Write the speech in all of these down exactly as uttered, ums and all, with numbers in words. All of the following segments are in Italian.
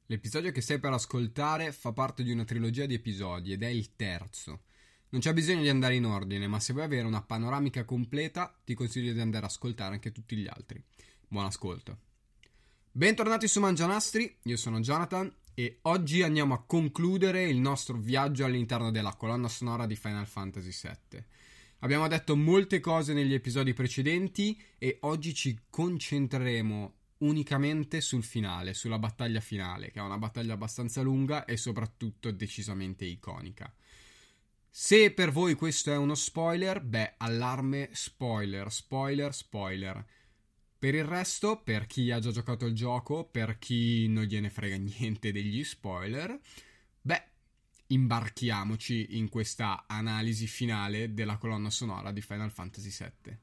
L'episodio che stai per ascoltare fa parte di una trilogia di episodi ed è il terzo. Non c'è bisogno di andare in ordine, ma se vuoi avere una panoramica completa ti consiglio di andare ad ascoltare anche tutti gli altri. Buon ascolto. Bentornati su Mangianastri, io sono Jonathan e oggi andiamo a concludere il nostro viaggio all'interno della colonna sonora di Final Fantasy sette. Abbiamo detto molte cose negli episodi precedenti e oggi ci concentreremo unicamente sul finale, sulla battaglia finale, che è una battaglia abbastanza lunga e soprattutto decisamente iconica. Se per voi questo è uno spoiler, beh, allarme spoiler, spoiler, spoiler. Per il resto, per chi ha già giocato il gioco, per chi non gliene frega niente degli spoiler, beh, imbarchiamoci in questa analisi finale della colonna sonora di Final Fantasy sette.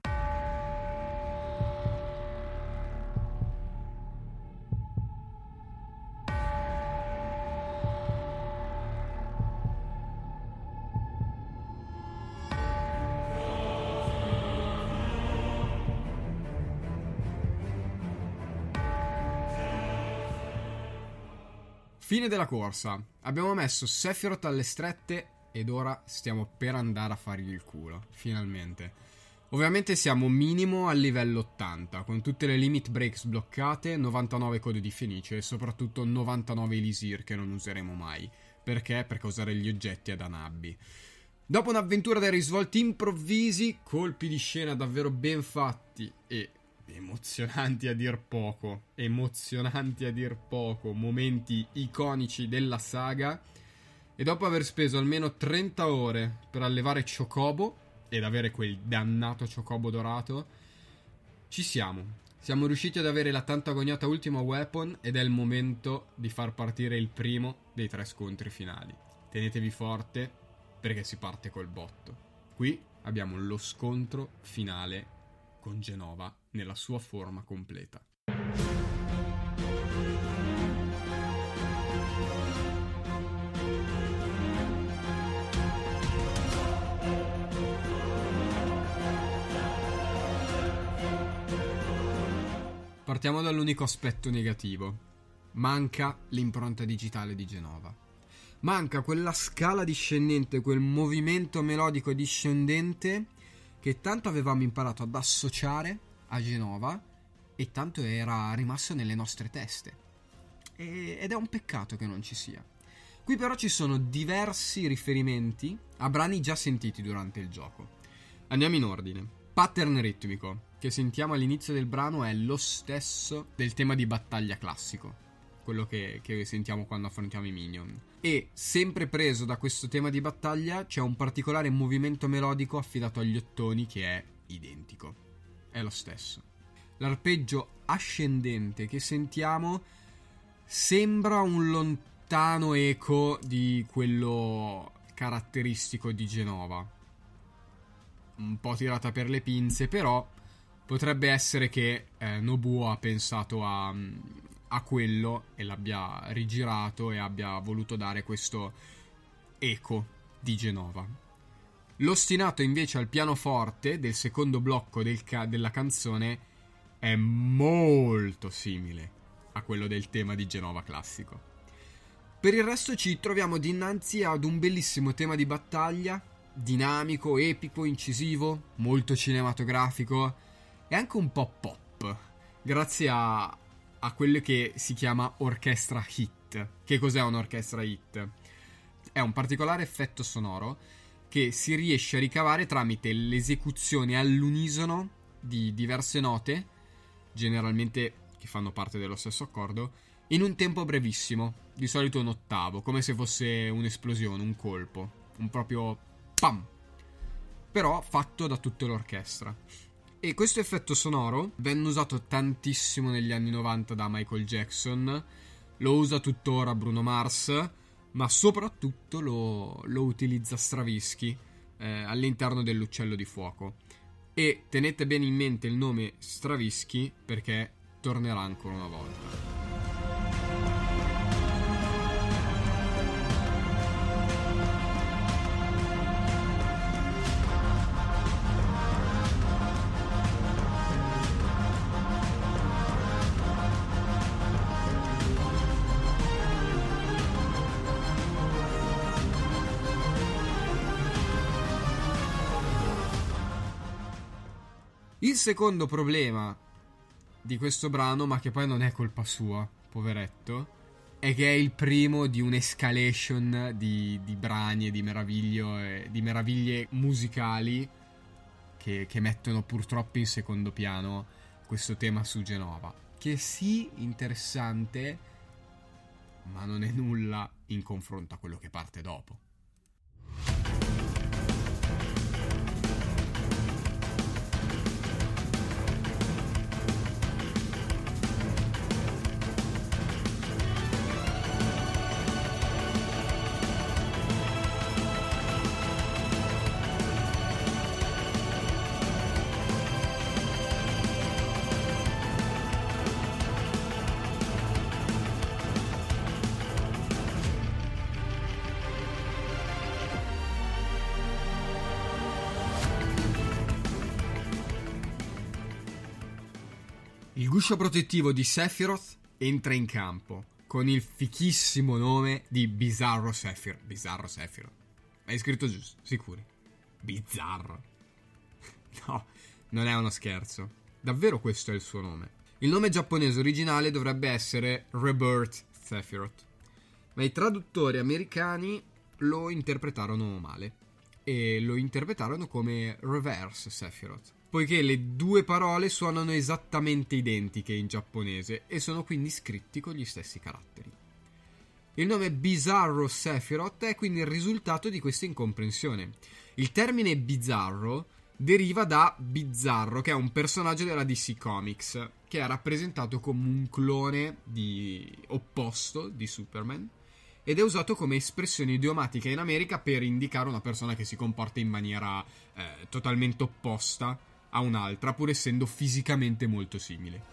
Fine della corsa. Abbiamo messo Sephiroth alle strette ed ora stiamo per andare a fargli il culo, finalmente. Ovviamente siamo minimo al livello ottanta, con tutte le limit breaks bloccate, novantanove code di Fenice e soprattutto novantanove Elisir che non useremo mai. Perché? Per causare gli oggetti ad Anabbi. Dopo un'avventura dai risvolti improvvisi, colpi di scena davvero ben fatti e emozionanti a dir poco, emozionanti a dir poco, momenti iconici della saga, e dopo aver speso almeno trenta ore per allevare Chocobo ed avere quel dannato Chocobo dorato, ci siamo. Siamo riusciti ad avere la tanto agognata ultima weapon ed è il momento di far partire il primo dei tre scontri finali. Tenetevi forte perché si parte col botto. Qui abbiamo lo scontro finale con Jenova nella sua forma completa. Partiamo dall'unico aspetto negativo. Manca l'impronta digitale di Jenova. Manca quella scala discendente, quel movimento melodico discendente che tanto avevamo imparato ad associare a Jenova e tanto era rimasto nelle nostre teste. E, ed è un peccato che non ci sia. Qui però ci sono diversi riferimenti a brani già sentiti durante il gioco. Andiamo in ordine. Pattern ritmico, che sentiamo all'inizio del brano, è lo stesso del tema di battaglia classico, quello che, che sentiamo quando affrontiamo i minion. E, sempre preso da questo tema di battaglia, c'è un particolare movimento melodico affidato agli ottoni che è identico. È lo stesso. L'arpeggio ascendente che sentiamo sembra un lontano eco di quello caratteristico di Jenova. Un po' tirata per le pinze, però potrebbe essere che eh, Nobuo ha pensato a... a quello e l'abbia rigirato e abbia voluto dare questo eco di Jenova. L'ostinato invece al pianoforte del secondo blocco del ca- della canzone è molto simile a quello del tema di Jenova classico. Per il resto ci troviamo dinanzi ad un bellissimo tema di battaglia, dinamico, epico, incisivo, molto cinematografico e anche un po' pop, grazie a a quello che si chiama orchestra hit. Che cos'è un'orchestra hit? È un particolare effetto sonoro che si riesce a ricavare tramite l'esecuzione all'unisono di diverse note, generalmente che fanno parte dello stesso accordo, in un tempo brevissimo, di solito un ottavo, come se fosse un'esplosione, un colpo, un proprio pam, però fatto da tutta l'orchestra. E questo effetto sonoro venne usato tantissimo negli anni novanta da Michael Jackson, lo usa tuttora Bruno Mars, ma soprattutto lo, lo utilizza Stravinsky eh, all'interno dell'Uccello di Fuoco. E tenete bene in mente il nome Stravinsky perché tornerà ancora una volta. Il secondo problema di questo brano, ma che poi non è colpa sua, poveretto, è che è il primo di un'escalation di, di brani e di, meraviglio, di meraviglie musicali che, che mettono purtroppo in secondo piano questo tema su Genova, che sì, interessante, ma non è nulla in confronto a quello che parte dopo. Il guscio protettivo di Sephiroth entra in campo con il fichissimo nome di Bizzarro Sephiroth. Bizzarro Sephiroth. Hai scritto giusto, sicuri? Bizzarro. No, non è uno scherzo. Davvero questo è il suo nome. Il nome giapponese originale dovrebbe essere Rebirth Sephiroth, ma i traduttori americani lo interpretarono male e lo interpretarono come Reverse Sephiroth, poiché le due parole suonano esattamente identiche in giapponese e sono quindi scritti con gli stessi caratteri. Il nome Bizzarro Sephiroth è quindi il risultato di questa incomprensione. Il termine bizzarro deriva da Bizzarro, che è un personaggio della D C Comics, che è rappresentato come un clone di opposto di Superman, ed è usato come espressione idiomatica in America per indicare una persona che si comporta in maniera eh, totalmente opposta a un'altra, pur essendo fisicamente molto simile.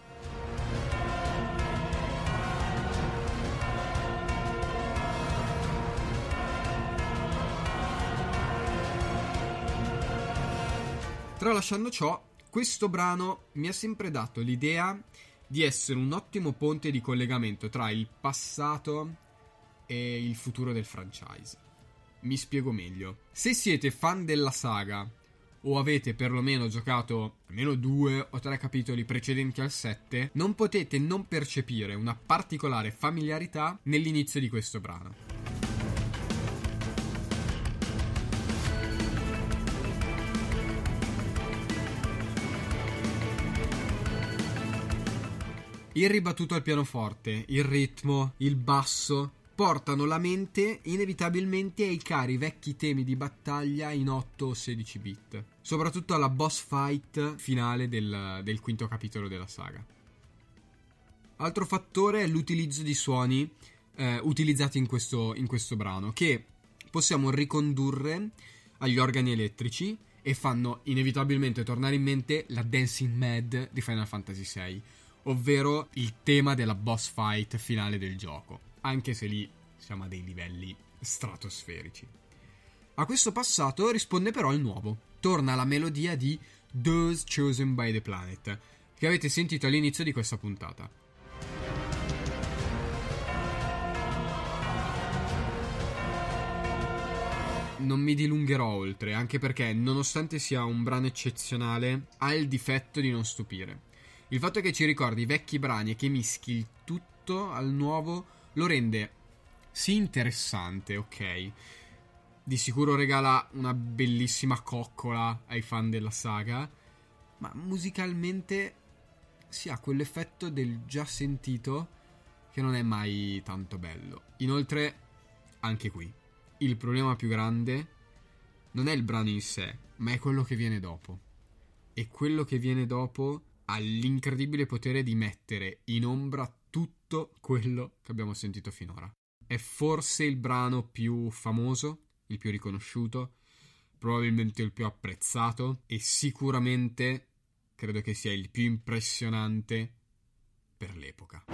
Tralasciando ciò, questo brano mi ha sempre dato l'idea di essere un ottimo ponte di collegamento tra il passato e il futuro del franchise. Mi spiego meglio. Se siete fan della saga o avete perlomeno giocato almeno due o tre capitoli precedenti al sette, non potete non percepire una particolare familiarità nell'inizio di questo brano. Il ribattuto al pianoforte, il ritmo, il basso portano la mente inevitabilmente ai cari vecchi temi di battaglia in otto o sedici bit, soprattutto alla boss fight finale del, del quinto capitolo della saga. Altro fattore è l'utilizzo di suoni eh, utilizzati in questo, in questo brano, che possiamo ricondurre agli organi elettrici e fanno inevitabilmente tornare in mente la Dancing Mad di Final Fantasy sei, ovvero il tema della boss fight finale del gioco, anche se lì siamo a dei livelli stratosferici. A questo passato risponde però il nuovo. Torna la melodia di Those Chosen by the Planet, che avete sentito all'inizio di questa puntata. Non mi dilungherò oltre, anche perché, nonostante sia un brano eccezionale, ha il difetto di non stupire. Il fatto che ci ricordi i vecchi brani e che mischi il tutto al nuovo lo rende sì interessante, ok. Di sicuro regala una bellissima coccola ai fan della saga, ma musicalmente si ha quell'effetto del già sentito che non è mai tanto bello. Inoltre, anche qui, il problema più grande non è il brano in sé, ma è quello che viene dopo. E quello che viene dopo ha l'incredibile potere di mettere in ombra tutto quello che abbiamo sentito finora. È forse il brano più famoso, il più riconosciuto, probabilmente il più apprezzato e sicuramente credo che sia il più impressionante per l'epoca.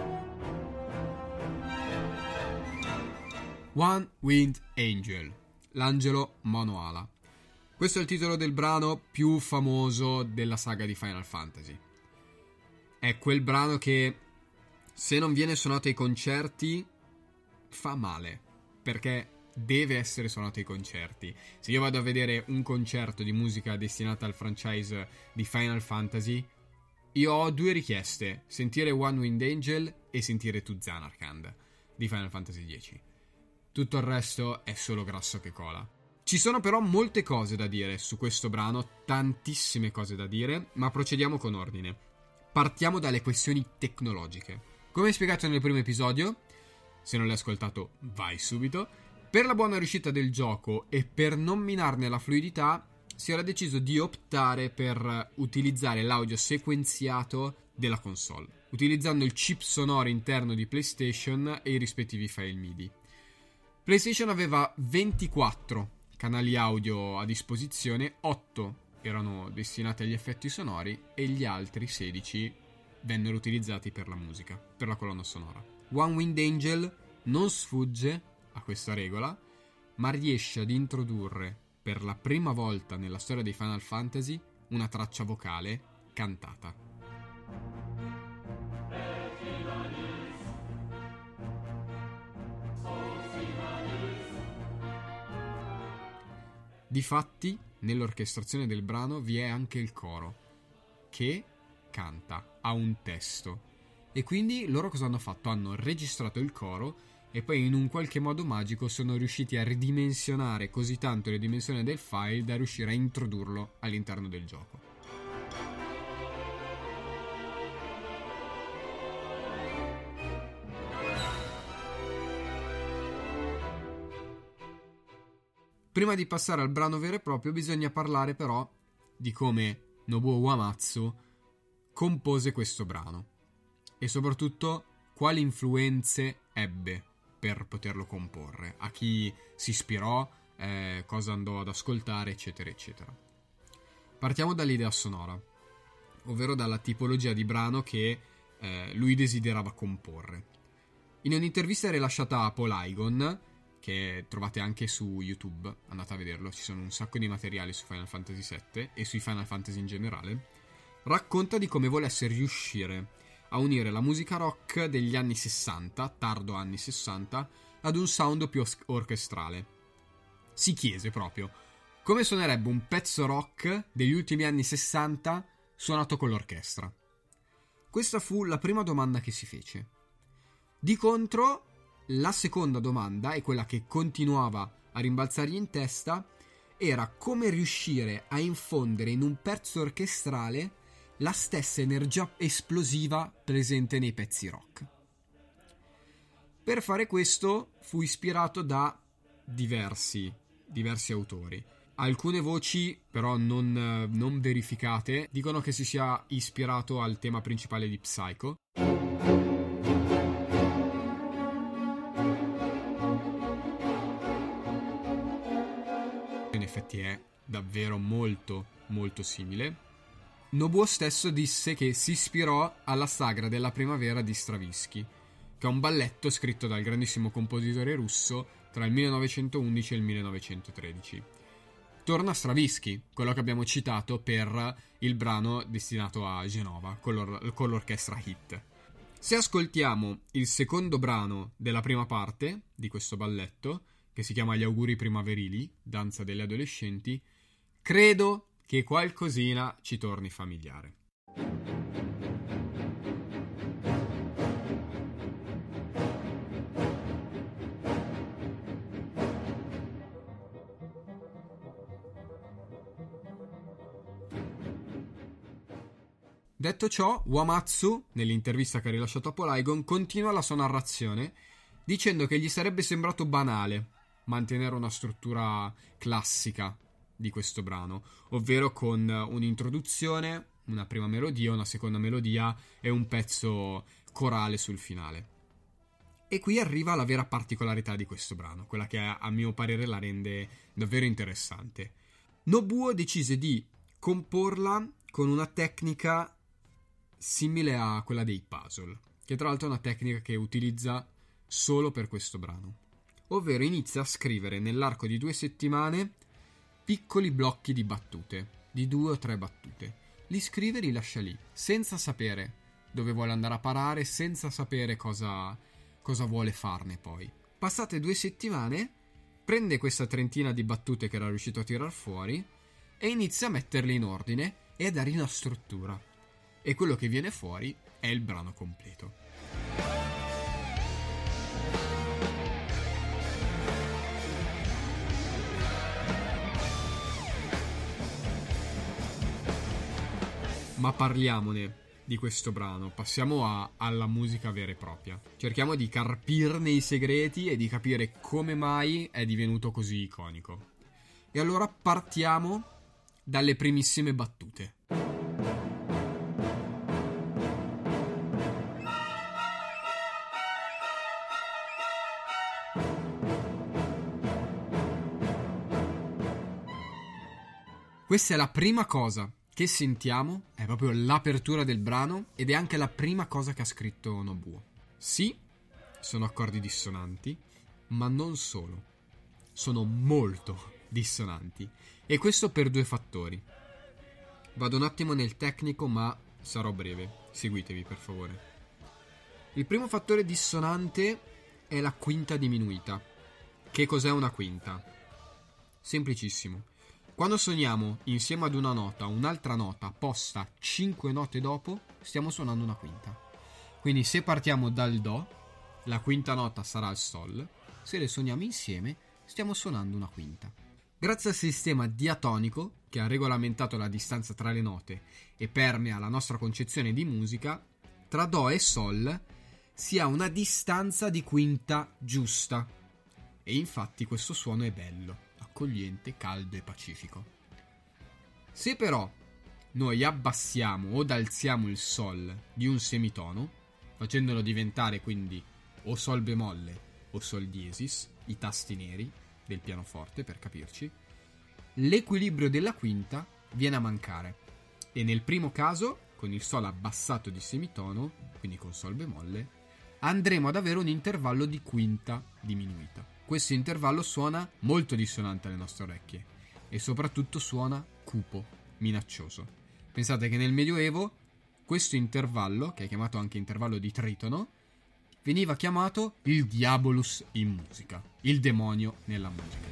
One Winged Angel, l'angelo Manoala. Questo è il titolo del brano più famoso della saga di Final Fantasy. È quel brano che, se non viene suonato ai concerti, fa male, perché deve essere suonato ai concerti. Se io vado a vedere un concerto di musica destinata al franchise di Final Fantasy, io ho due richieste: sentire One Wind Angel e sentire To Zanarkand di Final Fantasy dieci. Tutto il resto è solo grasso che cola. Ci sono però molte cose da dire su questo brano, tantissime cose da dire, ma procediamo con ordine. Partiamo dalle questioni tecnologiche. Come spiegato nel primo episodio, se non l'hai ascoltato vai subito, per la buona riuscita del gioco e per non minarne la fluidità, si era deciso di optare per utilizzare l'audio sequenziato della console, utilizzando il chip sonoro interno di PlayStation e i rispettivi file MIDI. PlayStation aveva ventiquattro canali audio a disposizione, otto erano destinati agli effetti sonori e gli altri sedici vennero utilizzati per la musica, per la colonna sonora. One Wind Angel non sfugge a questa regola, ma riesce ad introdurre per la prima volta nella storia dei Final Fantasy una traccia vocale cantata. Difatti, nell'orchestrazione del brano vi è anche il coro, che canta, ha un testo. E quindi loro cosa hanno fatto? Hanno registrato il coro e poi in un qualche modo magico sono riusciti a ridimensionare così tanto le dimensioni del file da riuscire a introdurlo all'interno del gioco. Prima di passare al brano vero e proprio bisogna parlare però di come Nobuo Uematsu compose questo brano e soprattutto quali influenze ebbe per poterlo comporre, a chi si ispirò, eh, cosa andò ad ascoltare, eccetera eccetera. Partiamo dall'idea sonora, ovvero dalla tipologia di brano che eh, lui desiderava comporre. In un'intervista rilasciata a Polygon, che trovate anche su YouTube, andate a vederlo, ci sono un sacco di materiali su Final Fantasy sette e sui Final Fantasy in generale, racconta di come volesse riuscire a unire la musica rock degli anni sessanta, tardo anni sessanta, ad un sound più orchestrale. Si chiese proprio come suonerebbe un pezzo rock degli ultimi anni sessanta suonato con l'orchestra. Questa fu la prima domanda che si fece. Di contro, la seconda domanda, e quella che continuava a rimbalzargli in testa, era come riuscire a infondere in un pezzo orchestrale la stessa energia esplosiva presente nei pezzi rock. Per fare questo fu ispirato da diversi, diversi autori. Alcune voci, però non, non verificate, dicono che si sia ispirato al tema principale di Psycho. In effetti è davvero molto molto simile. Nobuo stesso disse che si ispirò alla sagra della primavera di Stravinsky, che è un balletto scritto dal grandissimo compositore russo tra il millenovecentoundici e il millenovecentotredici. Torna Stravinsky, quello che abbiamo citato per il brano destinato a Genova con, l'or- con l'orchestra Hit. Se ascoltiamo il secondo brano della prima parte di questo balletto, che si chiama Gli auguri primaverili, danza delle adolescenti, credo che qualcosina ci torni familiare. Detto ciò, Uematsu, nell'intervista che ha rilasciato a Polygon, continua la sua narrazione dicendo che gli sarebbe sembrato banale mantenere una struttura classica di questo brano, ovvero con un'introduzione, una prima melodia, una seconda melodia e un pezzo corale sul finale. E qui arriva la vera particolarità di questo brano, quella che a mio parere la rende davvero interessante. Nobuo decise di comporla con una tecnica simile a quella dei puzzle, che tra l'altro è una tecnica che utilizza solo per questo brano. ovvero inizia a scrivere nell'arco di due settimane piccoli blocchi di battute, di due o tre battute. Li scrive e li lascia lì, senza sapere dove vuole andare a parare, senza sapere cosa, cosa vuole farne poi. Passate due settimane, prende questa trentina di battute che era riuscito a tirar fuori e inizia a metterle in ordine e a dare una struttura. E quello che viene fuori è il brano completo. Ma parliamone di questo brano, passiamo a, alla musica vera e propria. Cerchiamo di carpirne i segreti e di capire come mai è divenuto così iconico. E allora partiamo dalle primissime battute. Questa è la prima cosa che sentiamo, è proprio l'apertura del brano ed è anche la prima cosa che ha scritto Nobuo. Sì, sono accordi dissonanti, ma non solo. Sono molto dissonanti. E questo per due fattori. Vado un attimo nel tecnico, ma sarò breve. Seguitevi, per favore. Il primo fattore dissonante è la quinta diminuita. Che cos'è una quinta? Semplicissimo. Quando suoniamo insieme ad una nota un'altra nota posta cinque note dopo, stiamo suonando una quinta. Quindi se partiamo dal Do, la quinta nota sarà il Sol. Se le suoniamo insieme, stiamo suonando una quinta. Grazie al sistema diatonico, che ha regolamentato la distanza tra le note e permea la nostra concezione di musica, tra Do e Sol si ha una distanza di quinta giusta. E infatti questo suono è bello, accogliente, caldo e pacifico. Se però noi abbassiamo o alziamo il Sol di un semitono, facendolo diventare quindi o Sol bemolle o Sol diesis, i tasti neri del pianoforte per capirci, l'equilibrio della quinta viene a mancare. E nel primo caso, con il Sol abbassato di semitono, quindi con Sol bemolle, andremo ad avere un intervallo di quinta diminuita. Questo intervallo suona molto dissonante alle nostre orecchie e soprattutto suona cupo, minaccioso. Pensate che nel Medioevo questo intervallo, che è chiamato anche intervallo di tritono, veniva chiamato il diabolus in musica, il demonio nella musica.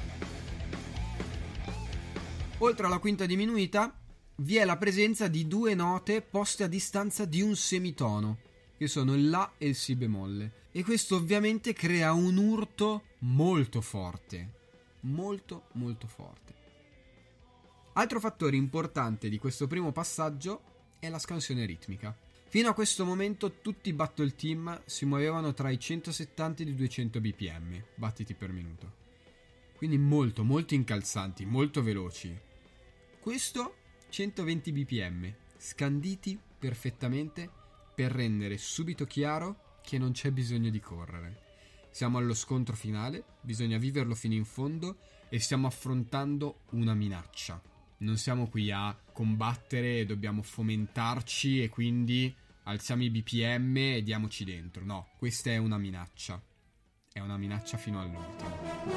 Oltre alla quinta diminuita vi è la presenza di due note poste a distanza di un semitono, che sono il La e il Si bemolle. E questo ovviamente crea un urto molto forte, molto molto forte. Altro fattore importante di questo primo passaggio è la scansione ritmica. Fino a questo momento tutti i battle team si muovevano tra i centosettanta e i duecento bpm, battiti per minuto. Quindi molto molto incalzanti, molto veloci. Questo centoventi bpm, scanditi perfettamente per rendere subito chiaro che non c'è bisogno di correre. Siamo allo scontro finale, bisogna viverlo fino in fondo e stiamo affrontando una minaccia. Non siamo qui a combattere, dobbiamo fomentarci e quindi alziamo i bpm e diamoci dentro. No, questa è una minaccia. È una minaccia fino all'ultimo.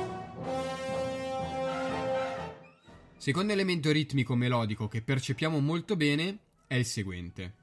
Secondo elemento ritmico melodico che percepiamo molto bene è il seguente.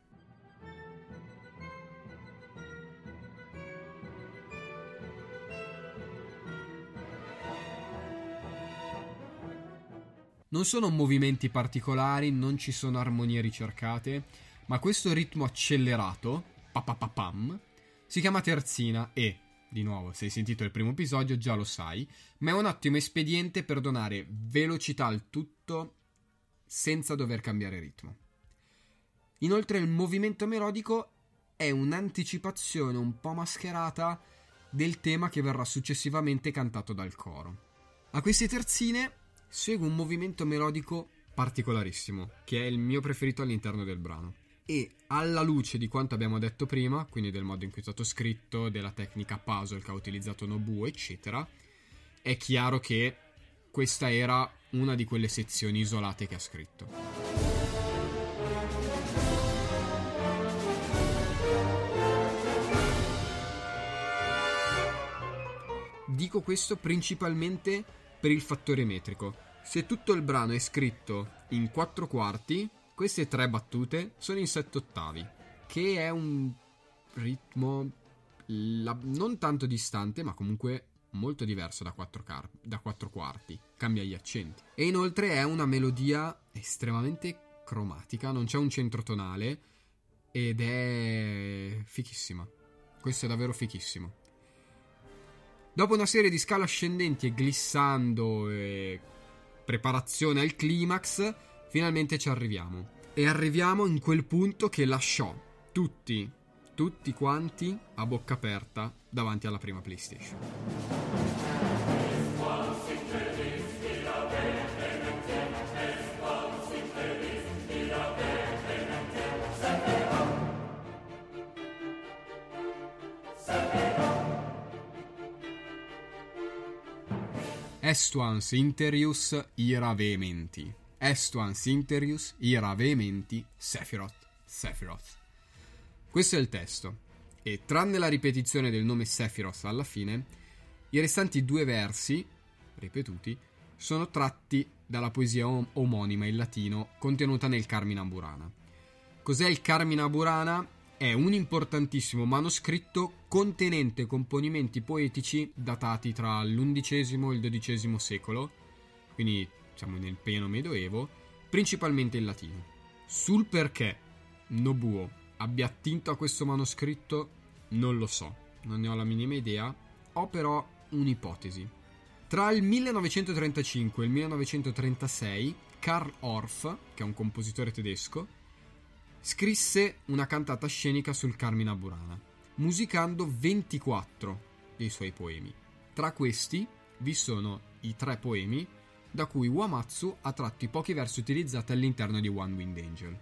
Non sono movimenti particolari, non ci sono armonie ricercate, ma questo ritmo accelerato, papapapam, si chiama terzina e, di nuovo, se hai sentito il primo episodio già lo sai, ma è un ottimo espediente per donare velocità al tutto senza dover cambiare ritmo. Inoltre il movimento melodico è un'anticipazione un po' mascherata del tema che verrà successivamente cantato dal coro. A queste terzine segue un movimento melodico particolarissimo, che è il mio preferito all'interno del brano. E alla luce di quanto abbiamo detto prima, quindi del modo in cui è stato scritto, della tecnica puzzle che ha utilizzato Nobuo, eccetera, è chiaro che questa era una di quelle sezioni isolate che ha scritto. Di dico questo principalmente per il fattore metrico. Se tutto il brano è scritto in quattro quarti, queste tre battute sono in sette ottavi, che è un ritmo la, non tanto distante, ma comunque molto diverso da quattro, car- da quattro quarti. Cambia gli accenti. E inoltre è una melodia estremamente cromatica, non c'è un centro tonale ed è fichissima. Questo è davvero fichissimo. Dopo una serie di scale ascendenti e glissando e preparazione al climax, finalmente ci arriviamo. E arriviamo in quel punto che lasciò tutti, tutti quanti a bocca aperta davanti alla prima PlayStation. Estuans interius ira vehementi. Estuans interius ira vehementi Sephiroth. Sephiroth. Questo è il testo. E tranne la ripetizione del nome Sephiroth alla fine, i restanti due versi, ripetuti, sono tratti dalla poesia om- omonima in latino contenuta nel Carmina Burana. Cos'è il Carmina Burana? È un importantissimo manoscritto contenente componimenti poetici datati tra l'undicesimo e il dodicesimo secolo, quindi siamo nel pieno medioevo, principalmente in latino. Sul perché Nobuo abbia attinto a questo manoscritto non lo so, non ne ho la minima idea, ho però un'ipotesi. Tra il millenovecentotrentacinque e il millenovecentotrentasei Karl Orff, che è un compositore tedesco, scrisse una cantata scenica sul Carmina Burana, musicando ventiquattro dei suoi poemi. Tra questi vi sono i tre poemi da cui Uematsu ha tratto i pochi versi utilizzati all'interno di One Winged Angel.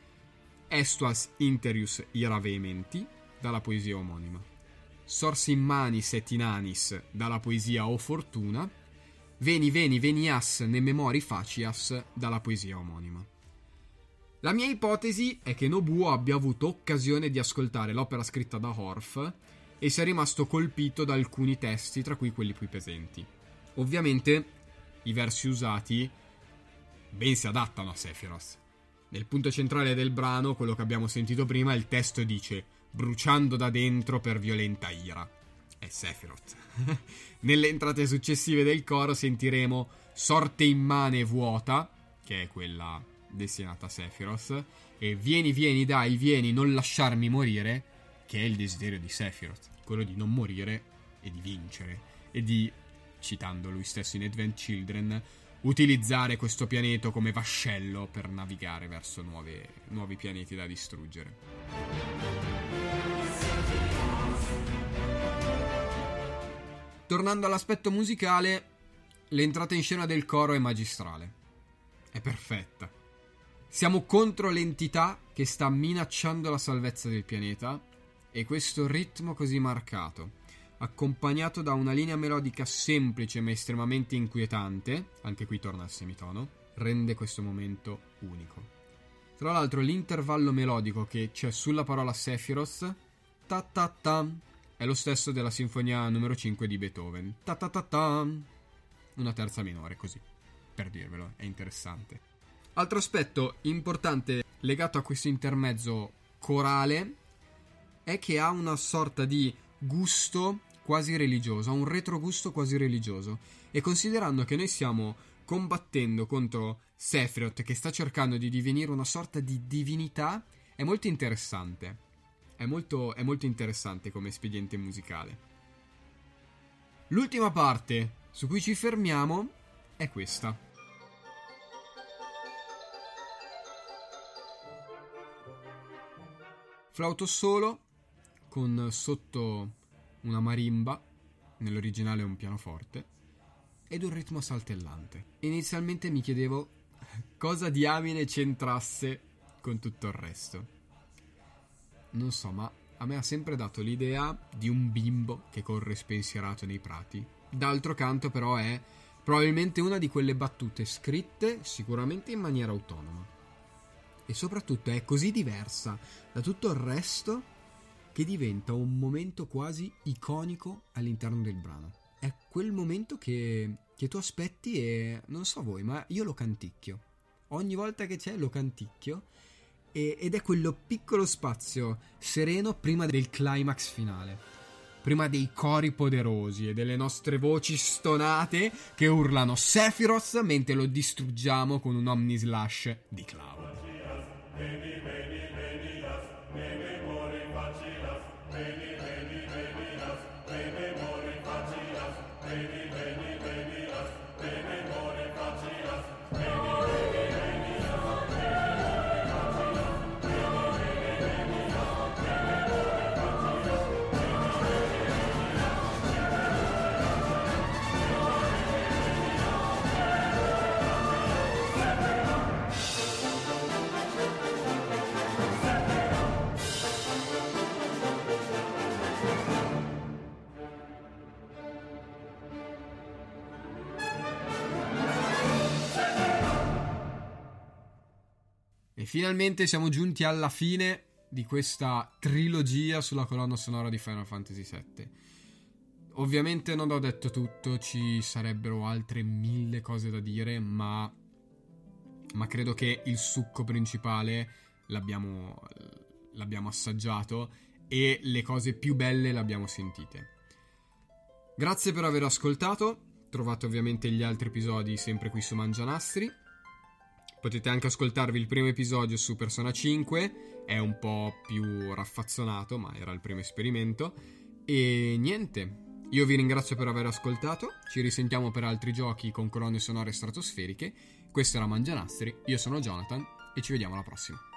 Estuas interius ira vehementi, dalla poesia omonima. Sors in manis et in anis, dalla poesia O Fortuna. Veni veni venias ne memori facias, dalla poesia omonima. La mia ipotesi è che Nobuo abbia avuto occasione di ascoltare l'opera scritta da Orff e sia rimasto colpito da alcuni testi, tra cui quelli più pesanti. Ovviamente i versi usati ben si adattano a Sephiroth. Nel punto centrale del brano, quello che abbiamo sentito prima, il testo dice bruciando da dentro per violenta ira. È Sephiroth. Nelle entrate successive del coro sentiremo sorte immane vuota, che è quella destinata a Sephiroth, e vieni vieni dai vieni non lasciarmi morire, che è il desiderio di Sephiroth, quello di non morire e di vincere e di, citando lui stesso in Advent Children, utilizzare questo pianeta come vascello per navigare verso nuove, nuovi pianeti da distruggere. Tornando all'aspetto musicale, l'entrata in scena del coro è magistrale, è perfetta. Siamo contro l'entità che sta minacciando la salvezza del pianeta e questo ritmo così marcato, accompagnato da una linea melodica semplice ma estremamente inquietante, anche qui torna al semitono, rende questo momento unico. Tra l'altro l'intervallo melodico che c'è sulla parola Sephiroth, ta ta ta, è lo stesso della sinfonia numero cinque di Beethoven, ta ta ta ta, una terza minore, così, per dirvelo, è interessante. Altro aspetto importante legato a questo intermezzo corale è che ha una sorta di gusto quasi religioso, ha un retrogusto quasi religioso, e considerando che noi stiamo combattendo contro Sephiroth che sta cercando di divenire una sorta di divinità, è molto interessante, è molto, è molto interessante come espediente musicale. L'ultima parte su cui ci fermiamo è questa. Flauto solo con sotto una marimba, nell'originale un pianoforte, ed un ritmo saltellante. Inizialmente mi chiedevo cosa diamine c'entrasse con tutto il resto. Non so, ma a me ha sempre dato l'idea di un bimbo che corre spensierato nei prati. D'altro canto però è probabilmente una di quelle battute scritte sicuramente in maniera autonoma. E soprattutto è così diversa da tutto il resto che diventa un momento quasi iconico all'interno del brano. è quel momento che, che tu aspetti e non so voi, ma io lo canticchio. Ogni volta che c'è lo canticchio e, ed è quello piccolo spazio sereno prima del climax finale, prima dei cori poderosi e delle nostre voci stonate che urlano Sephiroth mentre lo distruggiamo con un Omnislash di Cloud. E finalmente siamo giunti alla fine di questa trilogia sulla colonna sonora di Final Fantasy sette. Ovviamente non ho detto tutto, ci sarebbero altre mille cose da dire, ma, ma credo che il succo principale l'abbiamo, l'abbiamo assaggiato e le cose più belle le abbiamo sentite. Grazie per aver ascoltato, trovate ovviamente gli altri episodi sempre qui su Mangianastri. Potete anche ascoltarvi il primo episodio su Persona cinque, è un po' più raffazzonato, ma era il primo esperimento. E niente, io vi ringrazio per aver ascoltato, ci risentiamo per altri giochi con colonne sonore stratosferiche. Questo era Mangianastri, io sono Jonathan e ci vediamo alla prossima.